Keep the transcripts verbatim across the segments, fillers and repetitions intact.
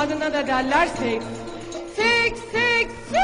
adına da derler seks. Seks, seks, seks,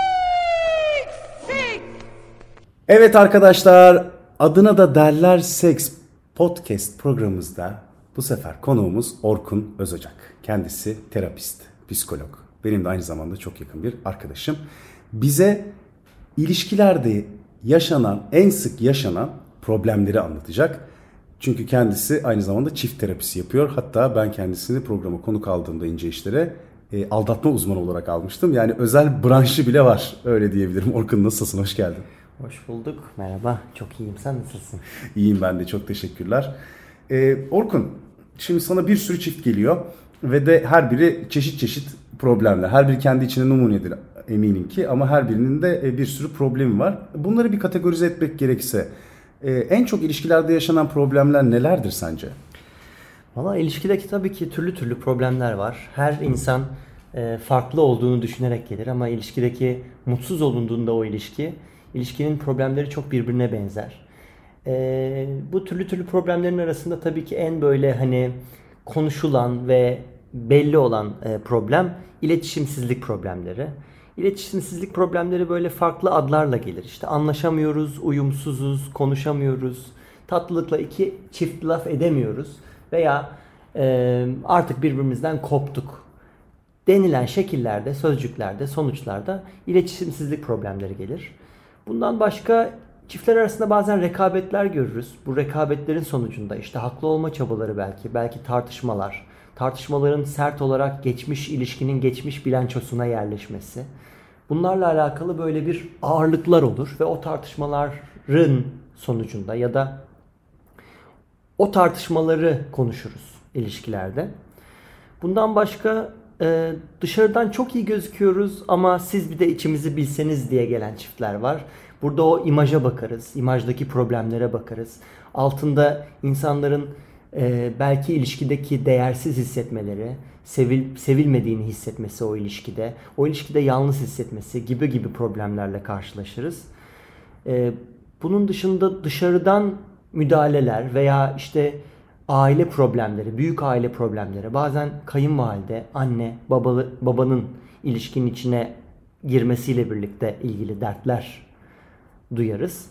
seks. Evet arkadaşlar, adına da derler seks podcast programımızda bu sefer konuğumuz Orkun Özocak. Kendisi terapist, psikolog. Benim de aynı zamanda çok yakın bir arkadaşım. Bize ilişkilerde yaşanan, en sık yaşanan problemleri anlatacak. Çünkü kendisi aynı zamanda çift terapisi yapıyor. Hatta ben kendisini programa konuk aldığımda İnce İşler'e e, aldatma uzmanı olarak almıştım. Yani özel branşı bile var. Öyle diyebilirim. Orkun, nasılsın? Hoş geldin. Hoş bulduk. Merhaba. Çok iyiyim. Sen nasılsın? İyiyim ben de. Çok teşekkürler. Ee, Orkun, şimdi sana bir sürü çift geliyor ve de her biri çeşit çeşit problemler. Her biri kendi içinde numunedir eminim ki, ama her birinin de bir sürü problemi var. Bunları bir kategorize etmek gerekirse e, en çok ilişkilerde yaşanan problemler nelerdir sence? Valla ilişkideki tabii ki türlü türlü problemler var. Her insan e, farklı olduğunu düşünerek gelir ama ilişkideki mutsuz olunduğunda o ilişki, ilişkinin problemleri çok birbirine benzer. E, bu türlü türlü problemlerin arasında tabii ki en böyle hani konuşulan ve belli olan e, problem iletişimsizlik problemleri. İletişimsizlik problemleri böyle farklı adlarla gelir. İşte anlaşamıyoruz, uyumsuzuz, konuşamıyoruz, tatlılıkla iki çift laf edemiyoruz veya e, artık birbirimizden koptuk denilen şekillerde, sözcüklerde, sonuçlarda iletişimsizlik problemleri gelir. Bundan başka çiftler arasında bazen rekabetler görürüz. Bu rekabetlerin sonucunda işte haklı olma çabaları belki, belki tartışmalar, tartışmaların sert olarak geçmiş ilişkinin geçmiş bilançosuna yerleşmesi. Bunlarla alakalı böyle bir ağırlıklar olur ve o tartışmaların sonucunda ya da o tartışmaları konuşuruz ilişkilerde. Bundan başka e, dışarıdan çok iyi gözüküyoruz ama siz bir de içimizi bilseniz diye gelen çiftler var. Burada o imaja bakarız, imajdaki problemlere bakarız. Altında insanların e, belki ilişkideki değersiz hissetmeleri, sevil, sevilmediğini hissetmesi o ilişkide, o ilişkide yalnız hissetmesi gibi gibi problemlerle karşılaşırız. E, bunun dışında dışarıdan müdahaleler veya işte aile problemleri, büyük aile problemleri, bazen kayınvalide, anne, babalı, babanın ilişkinin içine girmesiyle birlikte ilgili dertler duyarız.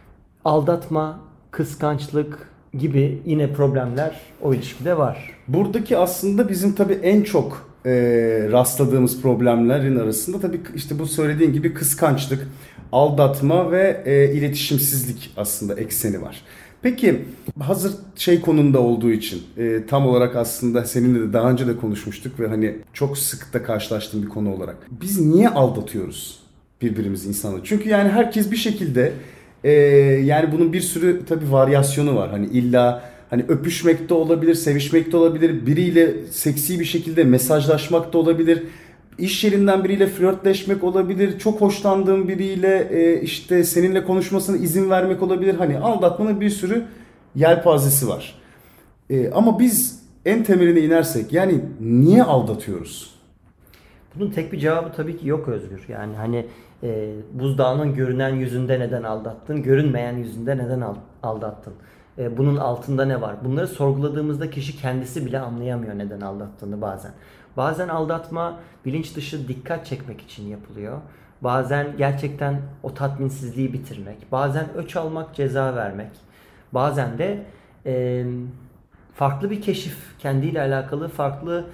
Aldatma, kıskançlık gibi yine problemler o ilişkide var. Buradaki aslında bizim tabii en çok e, rastladığımız problemlerin arasında tabii işte bu söylediğin gibi kıskançlık, aldatma ve e, iletişimsizlik aslında ekseni var. Peki hazır şey konumda olduğu için e, tam olarak aslında seninle de daha önce de konuşmuştuk ve hani çok sık da karşılaştığım bir konu olarak. Biz niye aldatıyoruz birbirimizi, insanları? Çünkü yani herkes bir şekilde e, yani bunun bir sürü tabii varyasyonu var. Hani illa hani öpüşmek de olabilir, sevişmek de olabilir, biriyle seksi bir şekilde mesajlaşmak da olabilir. İş yerinden biriyle flörtleşmek olabilir, çok hoşlandığın biriyle e, işte seninle konuşmasına izin vermek olabilir. Hani aldatmanın bir sürü yelpazesi var. E, ama biz en temeline inersek yani niye aldatıyoruz? Bunun tek bir cevabı tabii ki yok Özgür. Yani hani e, buzdağının görünen yüzünde neden aldattın, görünmeyen yüzünde neden aldattın? E, bunun altında ne var? Bunları sorguladığımızda kişi kendisi bile anlayamıyor neden aldattığını bazen. Bazen aldatma bilinç dışı dikkat çekmek için yapılıyor. Bazen gerçekten o tatminsizliği bitirmek. Bazen öç almak, ceza vermek. Bazen de e, farklı bir keşif, kendiyle alakalı farklı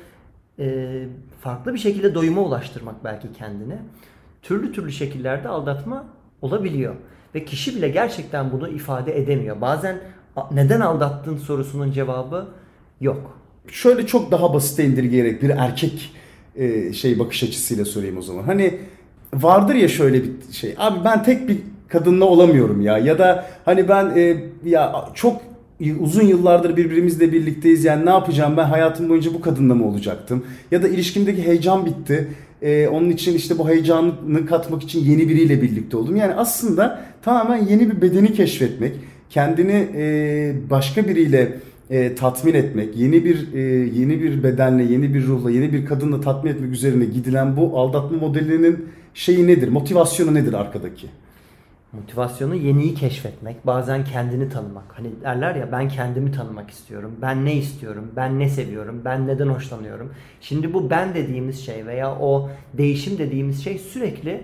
e, farklı bir şekilde doyuma ulaştırmak belki kendini. Türlü türlü şekillerde aldatma olabiliyor. Ve kişi bile gerçekten bunu ifade edemiyor. Bazen neden aldattın sorusunun cevabı yok. Şöyle çok daha basite indirgeyerek bir erkek e, şey bakış açısıyla sorayım o zaman. Hani vardır ya şöyle bir şey. Abi ben tek bir kadınla olamıyorum ya. Ya da hani ben e, ya çok uzun yıllardır birbirimizle birlikteyiz. Yani ne yapacağım, ben hayatım boyunca bu kadınla mı olacaktım? Ya da ilişkimdeki heyecan bitti. E, onun için işte bu heyecanını katmak için yeni biriyle birlikte oldum. Yani aslında tamamen yeni bir bedeni keşfetmek, kendini e, başka biriyle E, tatmin etmek, yeni bir e, yeni bir bedenle, yeni bir ruhla, yeni bir kadınla tatmin etmek üzerine gidilen bu aldatma modelinin şeyi nedir? Motivasyonu nedir arkadaki? Motivasyonu yeniyi keşfetmek, bazen kendini tanımak. Hani derler ya, ben kendimi tanımak istiyorum, ben ne istiyorum, ben ne seviyorum, ben neden hoşlanıyorum. Şimdi bu ben dediğimiz şey veya o değişim dediğimiz şey sürekli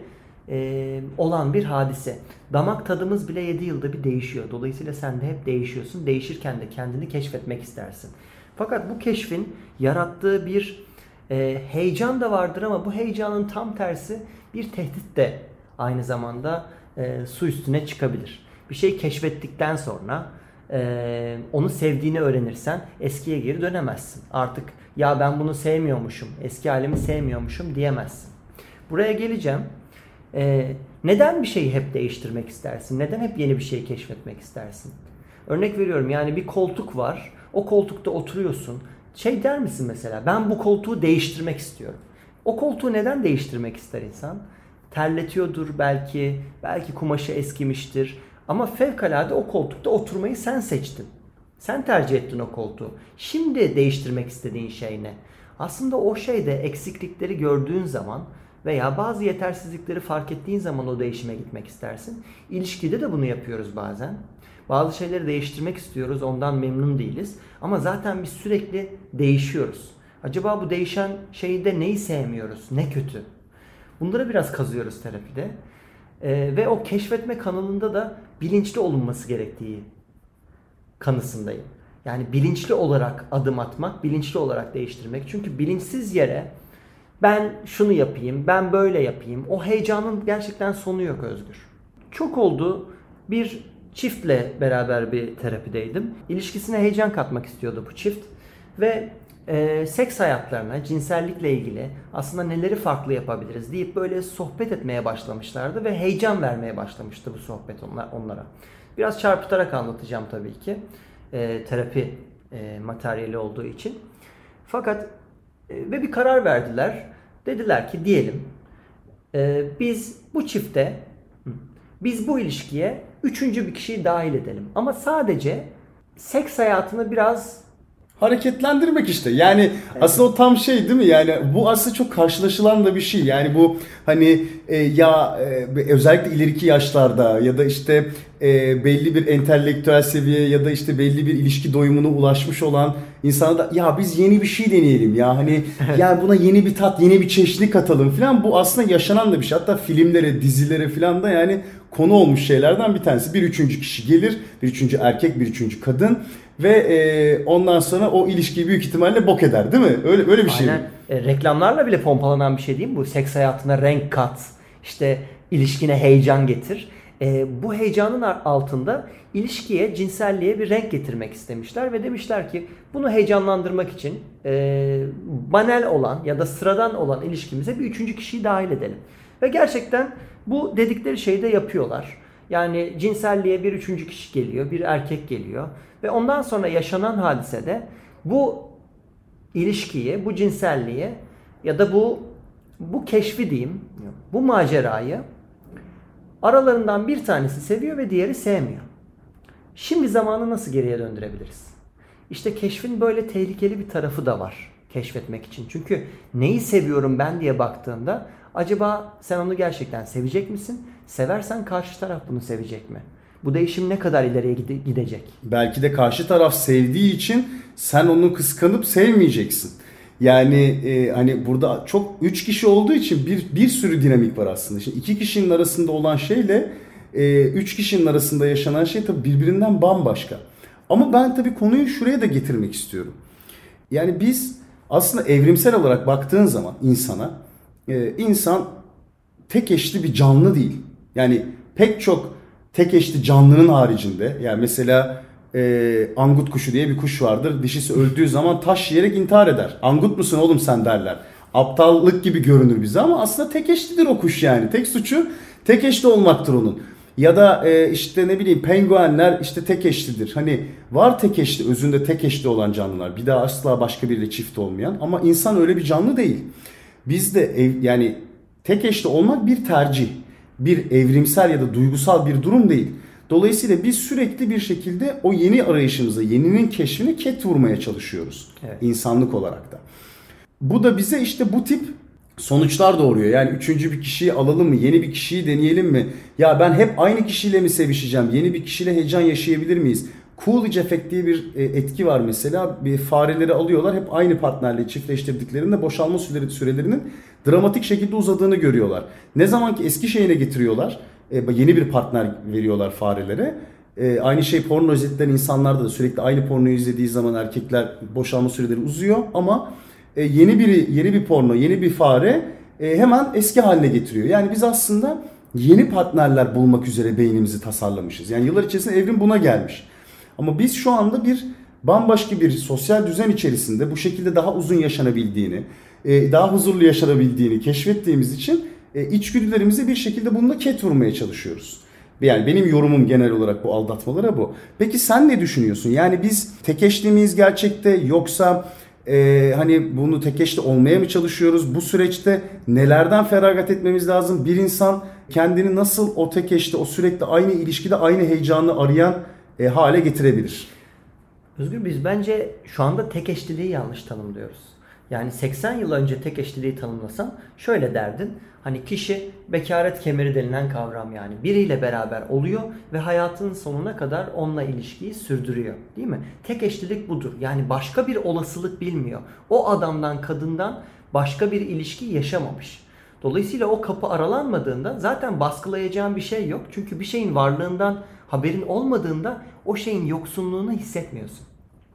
e, olan bir hadise. Damak tadımız bile yedi yılda bir değişiyor. Dolayısıyla sen de hep değişiyorsun. Değişirken de kendini keşfetmek istersin. Fakat bu keşfin yarattığı bir e, heyecan da vardır ama bu heyecanın tam tersi bir tehdit de aynı zamanda e, su üstüne çıkabilir. Bir şey keşfettikten sonra e, onu sevdiğini öğrenirsen eskiye geri dönemezsin. Artık ya ben bunu sevmiyormuşum, eski halimi sevmiyormuşum diyemezsin. Buraya geleceğim. E, neden bir şeyi hep değiştirmek istersin? Neden hep yeni bir şey keşfetmek istersin? Örnek veriyorum, yani bir koltuk var. O koltukta oturuyorsun. Şey der misin mesela, ben bu koltuğu değiştirmek istiyorum. O koltuğu neden değiştirmek ister insan? Terletiyordur belki, belki kumaşı eskimiştir. Ama fevkalade o koltukta oturmayı sen seçtin. Sen tercih ettin o koltuğu. Şimdi değiştirmek istediğin şey ne? Aslında o şeyde eksiklikleri gördüğün zaman veya bazı yetersizlikleri fark ettiğin zaman o değişime gitmek istersin. İlişkide de bunu yapıyoruz bazen. Bazı şeyleri değiştirmek istiyoruz, ondan memnun değiliz. Ama zaten biz sürekli değişiyoruz. Acaba bu değişen şeyde neyi sevmiyoruz, ne kötü? Bunları biraz kazıyoruz terapide. Ee, ve o keşfetme kanalında da bilinçli olunması gerektiği kanısındayım. Yani bilinçli olarak adım atmak, bilinçli olarak değiştirmek. Çünkü bilinçsiz yere ben şunu yapayım, ben böyle yapayım. O heyecanın gerçekten sonu yok Özgür. Çok oldu, bir çiftle beraber bir terapideydim. İlişkisine heyecan katmak istiyordu bu çift. Ve e, seks hayatlarına, cinsellikle ilgili aslında neleri farklı yapabiliriz deyip böyle sohbet etmeye başlamışlardı. Ve heyecan vermeye başlamıştı bu sohbet onlar, onlara. Biraz çarpıtarak anlatacağım tabii ki. E, terapi e, materyali olduğu için. Fakat e, ve bir karar verdiler. Dediler ki diyelim e, biz bu çifte, biz bu ilişkiye üçüncü bir kişiyi dahil edelim. Ama sadece seks hayatını biraz hareketlendirmek işte. Yani evet. Aslında o tam şey değil mi? Yani bu aslında çok karşılaşılan da bir şey. Yani bu hani e, ya e, özellikle ileriki yaşlarda ya da işte e, belli bir entelektüel seviye ya da işte belli bir ilişki doyumuna ulaşmış olan insana da ya biz yeni bir şey deneyelim ya hani evet. Ya buna yeni bir tat, yeni bir çeşitlilik katalım falan. Bu aslında yaşanan da bir şey. Hatta filmlere, dizilere falan da yani konu olmuş şeylerden bir tanesi. Bir üçüncü kişi gelir, bir üçüncü erkek, bir üçüncü kadın. Ve e, ondan sonra o ilişkiyi büyük ihtimalle bok eder değil mi? Öyle öyle bir şey Aynen. mi? E, reklamlarla bile pompalanan bir şey değil mi bu? Seks hayatına renk kat, işte ilişkine heyecan getir. E, bu heyecanın altında ilişkiye, cinselliğe bir renk getirmek istemişler ve demişler ki bunu heyecanlandırmak için e, banal olan ya da sıradan olan ilişkimize bir üçüncü kişiyi dahil edelim. Ve gerçekten bu dedikleri şeyi de yapıyorlar. Yani cinselliğe bir üçüncü kişi geliyor, bir erkek geliyor. Ve ondan sonra yaşanan hadisede bu ilişkiyi, bu cinselliği ya da bu bu keşfi diyeyim, bu macerayı aralarından bir tanesi seviyor ve diğeri sevmiyor. Şimdi zamanı nasıl geriye döndürebiliriz? İşte keşfin böyle tehlikeli bir tarafı da var keşfetmek için. Çünkü neyi seviyorum ben diye baktığında acaba sen onu gerçekten sevecek misin? Seversen karşı taraf bunu sevecek mi? Bu değişim ne kadar ileriye gidecek? Belki de karşı taraf sevdiği için sen onu kıskanıp sevmeyeceksin. Yani e, hani burada çok üç kişi olduğu için bir bir sürü dinamik var aslında. Şimdi iki kişinin arasında olan şeyle e, üç kişinin arasında yaşanan şey tabii birbirinden bambaşka. Ama ben tabii konuyu şuraya da getirmek istiyorum. Yani biz aslında evrimsel olarak baktığın zaman insana, e, insan tek eşli bir canlı değil. Yani pek çok tek eşli canlının haricinde, yani mesela e, angut kuşu diye bir kuş vardır. Dişisi öldüğü zaman taş yiyerek intihar eder. Angut musun oğlum sen derler. Aptallık gibi görünür bize ama aslında tek eşlidir o kuş yani. Tek suçu tek eşli olmaktır onun. Ya da e, işte ne bileyim penguenler işte tek eşlidir. Hani var tek eşli, özünde tek eşli olan canlılar. Bir daha asla başka biriyle çift olmayan. Ama insan öyle bir canlı değil. Biz de ev, yani tek eşli olmak bir tercih. Bir evrimsel ya da duygusal bir durum değil. Dolayısıyla biz sürekli bir şekilde o yeni arayışımıza, yeninin keşfine ket vurmaya çalışıyoruz. Evet. İnsanlık olarak da. Bu da bize işte bu tip sonuçlar doğuruyor. Yani üçüncü bir kişiyi alalım mı? Yeni bir kişiyi deneyelim mi? Ya ben hep aynı kişiyle mi sevişeceğim? Yeni bir kişiyle heyecan yaşayabilir miyiz? Coolidge efekt diye bir etki var mesela. Bir fareleri alıyorlar. Hep aynı partnerle çiftleştirdiklerinde boşalma süreleri, sürelerinin dramatik şekilde uzadığını görüyorlar. Ne zaman ki eski şeyine getiriyorlar, yeni bir partner veriyorlar farelere. Aynı şey porno özetleyen insanlarda da sürekli aynı pornoyu izlediği zaman erkekler boşalma süreleri uzuyor ama yeni biri, yeni bir porno, yeni bir fare hemen eski haline getiriyor. Yani biz aslında yeni partnerler bulmak üzere beynimizi tasarlamışız. Yani yıllar içerisinde evrim buna gelmiş. Ama biz şu anda bir bambaşka bir sosyal düzen içerisinde bu şekilde daha uzun yaşanabildiğini, daha huzurlu yaşanabildiğini keşfettiğimiz için içgüdülerimize bir şekilde bununla ket vurmaya çalışıyoruz. Yani benim yorumum genel olarak bu aldatmalara bu. Peki sen ne düşünüyorsun? Yani biz tek eşli miyiz gerçekte, yoksa e, hani bunu tek eşli olmaya mı çalışıyoruz? Bu süreçte nelerden feragat etmemiz lazım? Bir insan kendini nasıl o tek eşli, o sürekli aynı ilişkide aynı heyecanı arayan e, hale getirebilir? Özgür, biz bence şu anda tek eşliliği yanlış tanımlıyoruz. Yani seksen yıl önce tek eşliliği tanımlasan şöyle derdin. Hani kişi bekaret kemeri denilen kavram, yani biriyle beraber oluyor ve hayatının sonuna kadar onunla ilişkiyi sürdürüyor. Değil mi? Tek eşlilik budur. Yani başka bir olasılık bilmiyor. O adamdan, kadından başka bir ilişki yaşamamış. Dolayısıyla o kapı aralanmadığında zaten baskılayacağın bir şey yok. Çünkü bir şeyin varlığından haberin olmadığında o şeyin yoksunluğunu hissetmiyorsun.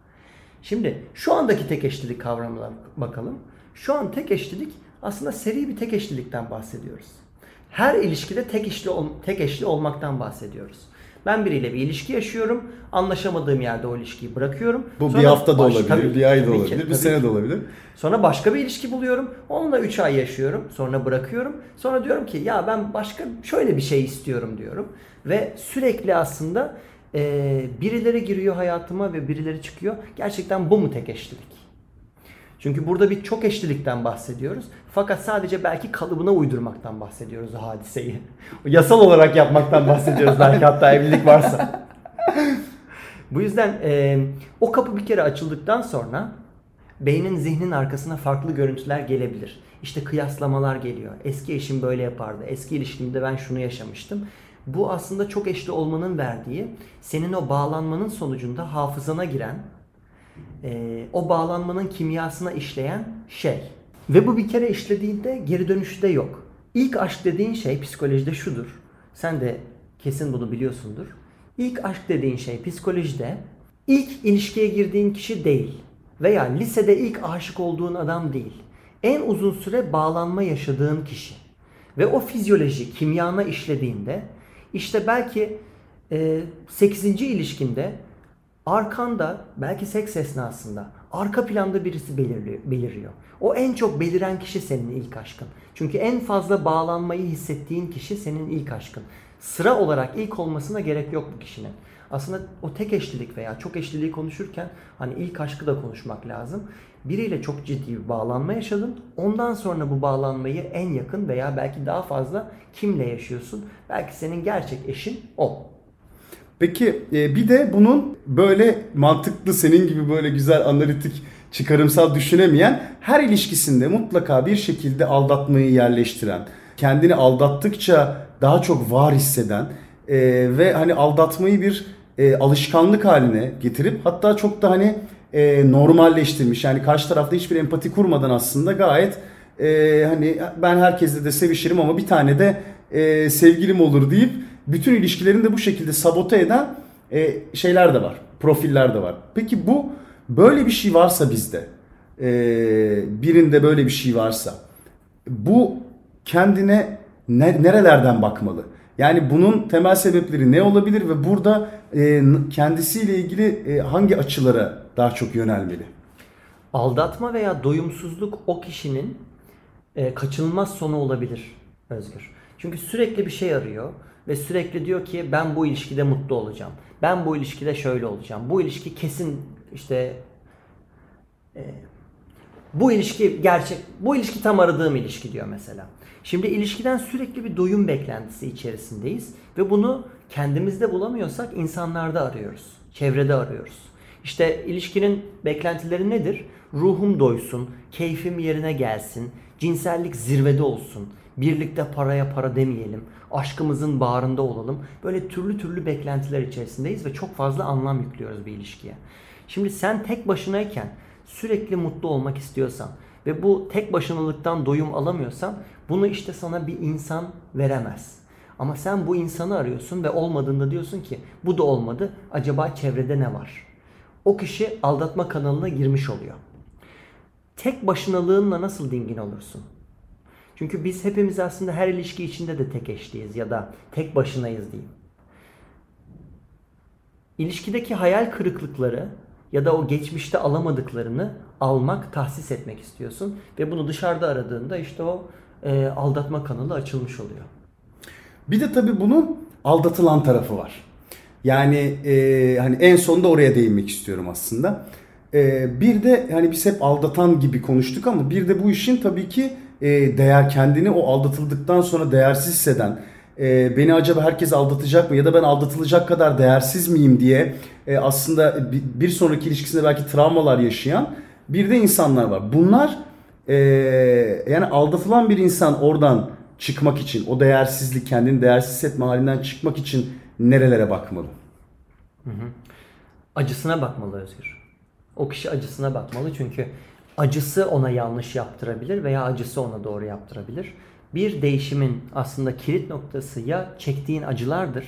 Şimdi şu andaki tek eşlilik kavramına bakalım. Şu an tek eşlilik aslında seri bir tek eşlilikten bahsediyoruz. Her ilişkide tek eşli, tek eşli olmaktan bahsediyoruz. Ben biriyle bir ilişki yaşıyorum. Anlaşamadığım yerde o ilişkiyi bırakıyorum. Bu Sonra bir hafta da baş, olabilir, tabii, bir ay da tabii olabilir, ki, bir sene ki. de olabilir. Sonra başka bir ilişki buluyorum. Onunla üç ay yaşıyorum. Sonra bırakıyorum. Sonra diyorum ki ya ben başka şöyle bir şey istiyorum diyorum. Ve sürekli aslında e, birileri giriyor hayatıma ve birileri çıkıyor. Gerçekten bu mu tek eşlilik? Çünkü burada bir çok eşlilikten bahsediyoruz. Fakat sadece belki kalıbına uydurmaktan bahsediyoruz o hadiseyi. Yasal olarak yapmaktan bahsediyoruz belki, hatta evlilik varsa. Bu yüzden e, o kapı bir kere açıldıktan sonra beynin, zihnin arkasına farklı görüntüler gelebilir. İşte kıyaslamalar geliyor. Eski eşim böyle yapardı. Eski ilişkimde ben şunu yaşamıştım. Bu aslında çok eşli olmanın verdiği, senin o bağlanmanın sonucunda hafızana giren, e, o bağlanmanın kimyasına işleyen şey. Ve bu bir kere işlediğinde geri dönüşü de yok. İlk aşk dediğin şey psikolojide şudur. Sen de kesin bunu biliyorsundur. İlk aşk dediğin şey psikolojide ilk ilişkiye girdiğin kişi değil. Veya lisede ilk aşık olduğun adam değil. En uzun süre bağlanma yaşadığın kişi. Ve o fizyoloji kimyana işlediğinde işte belki e, sekizinci ilişkinde arkanda, belki seks esnasında arka planda birisi belirliyor, beliriyor. O en çok beliren kişi senin ilk aşkın. Çünkü en fazla bağlanmayı hissettiğin kişi senin ilk aşkın. Sıra olarak ilk olmasına gerek yok bu kişinin. Aslında o tek eşlilik veya çok eşliliği konuşurken hani ilk aşkı da konuşmak lazım. Biriyle çok ciddi bir bağlanma yaşadın. Ondan sonra bu bağlanmayı en yakın veya belki daha fazla kimle yaşıyorsun? Belki senin gerçek eşin o. Peki bir de bunun böyle mantıklı, senin gibi böyle güzel analitik, çıkarımsal düşünemeyen, her ilişkisinde mutlaka bir şekilde aldatmayı yerleştiren, kendini aldattıkça daha çok var hisseden e, ve hani aldatmayı bir e, alışkanlık haline getirip hatta çok da hani e, normalleştirmiş. Yani karşı tarafta hiçbir empati kurmadan aslında gayet e, hani ben herkesle de sevişirim ama bir tane de e, sevgilim olur deyip bütün ilişkilerini de bu şekilde sabote eden e, şeyler de var. Profiller de var. Peki bu böyle bir şey varsa bizde, e, birinde böyle bir şey varsa, bu kendine ne, nerelerden bakmalı? Yani bunun temel sebepleri ne olabilir ve burada e, kendisiyle ilgili e, hangi açılara daha çok yönelmeli? Aldatma veya doyumsuzluk o kişinin e, kaçınılmaz sonu olabilir Özgür. Çünkü sürekli bir şey arıyor ve sürekli diyor ki ben bu ilişkide mutlu olacağım. Ben bu ilişkide şöyle olacağım. Bu ilişki kesin işte e, bu ilişki gerçek, bu ilişki tam aradığım ilişki diyor mesela. Şimdi ilişkiden sürekli bir doyum beklentisi içerisindeyiz ve bunu kendimizde bulamıyorsak insanlarda arıyoruz, çevrede arıyoruz. İşte ilişkinin beklentileri nedir? Ruhum doysun, keyfim yerine gelsin, cinsellik zirvede olsun, birlikte paraya para demeyelim, aşkımızın bağrında olalım. Böyle türlü türlü beklentiler içerisindeyiz ve çok fazla anlam yüklüyoruz bir ilişkiye. Şimdi sen tek başınayken sürekli mutlu olmak istiyorsan ve bu tek başınalıktan doyum alamıyorsan bunu işte sana bir insan veremez. Ama sen bu insanı arıyorsun ve olmadığında diyorsun ki bu da olmadı, acaba çevrede ne var? O kişi aldatma kanalına girmiş oluyor. Tek başınalığınla nasıl dingin olursun? Çünkü biz hepimiz aslında her ilişki içinde de tek eşliyiz ya da tek başınayız diyeyim. İlişkideki hayal kırıklıkları ya da o geçmişte alamadıklarını almak, tahsis etmek istiyorsun. Ve bunu dışarıda aradığında işte o e, aldatma kanalı açılmış oluyor. Bir de tabii bunun aldatılan tarafı var. Yani e, hani en sonunda oraya değinmek istiyorum aslında. E, bir de hani biz hep aldatan gibi konuştuk ama bir de bu işin tabii ki e, değer kendini o aldatıldıktan sonra değersiz hisseden, e, beni acaba herkes aldatacak mı ya da ben aldatılacak kadar değersiz miyim diye e, aslında bir, bir sonraki ilişkisinde belki travmalar yaşayan bir de insanlar var. Bunlar e, yani aldatılan bir insan oradan çıkmak için, o değersizlik, kendini değersiz hissetme halinden çıkmak için nerelere bakmalı? Hı hı. Acısına bakmalı Özgür. O kişi acısına bakmalı çünkü acısı ona yanlış yaptırabilir veya acısı ona doğru yaptırabilir. Bir değişimin aslında kilit noktası ya çektiğin acılardır.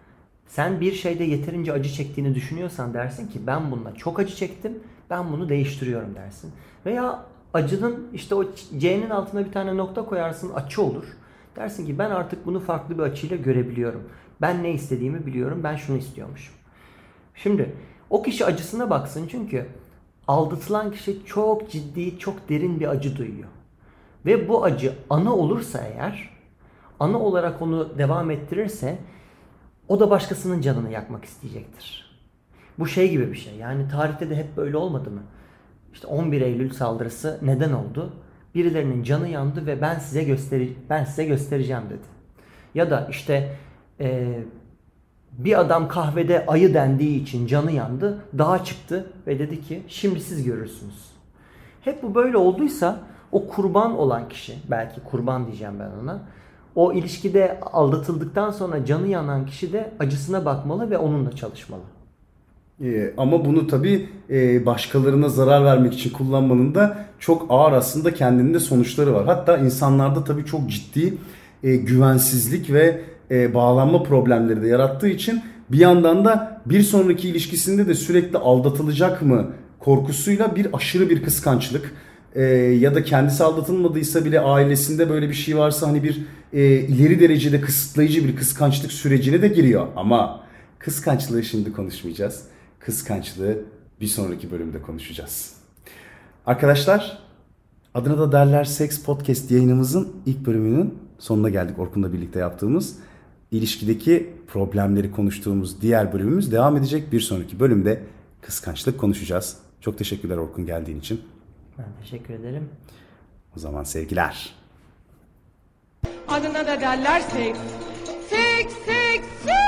Sen bir şeyde yeterince acı çektiğini düşünüyorsan dersin ki ben bununla çok acı çektim, ben bunu değiştiriyorum dersin. Veya acının işte o C'nin altına bir tane nokta koyarsın, açı olur. Dersin ki ben artık bunu farklı bir açıyla görebiliyorum. Ben ne istediğimi biliyorum, ben şunu istiyormuşum. Şimdi o kişi acısına baksın çünkü aldatılan kişi çok ciddi, çok derin bir acı duyuyor. Ve bu acı ana olursa eğer, ana olarak onu devam ettirirse o da başkasının canını yakmak isteyecektir. Bu şey gibi bir şey. Yani tarihte de hep böyle olmadı mı? İşte on bir Eylül saldırısı neden oldu? Birilerinin canı yandı ve ben size gösteri ben size göstereceğim dedi. Ya da işte e, bir adam kahvede ayı dendiği için canı yandı, dağa çıktı ve dedi ki şimdi siz görürsünüz. Hep bu böyle olduysa o kurban olan kişi, belki kurban diyeceğim ben ona, o ilişkide aldatıldıktan sonra canı yanan kişi de acısına bakmalı ve onunla çalışmalı. Ee, ama bunu tabii e, başkalarına zarar vermek için kullanmanın da çok ağır aslında kendinde sonuçları var. Hatta insanlarda tabii çok ciddi e, güvensizlik ve e, bağlanma problemleri de yarattığı için bir yandan da bir sonraki ilişkisinde de sürekli aldatılacak mı korkusuyla bir aşırı bir kıskançlık e, ya da kendisi aldatılmadıysa bile ailesinde böyle bir şey varsa hani bir e, ileri derecede kısıtlayıcı bir kıskançlık sürecine de giriyor. Ama kıskançlığı şimdi konuşmayacağız. Kıskançlığı bir sonraki bölümde konuşacağız. Arkadaşlar, adına da derler Seks Podcast yayınımızın ilk bölümünün sonuna geldik. Orkun'la birlikte yaptığımız ilişkideki problemleri konuştuğumuz diğer bölümümüz devam edecek. Bir sonraki bölümde kıskançlık konuşacağız. Çok teşekkürler Orkun geldiğin için. Ben teşekkür ederim. O zaman sevgiler. Adına da derler seks. Seks, seks, seks.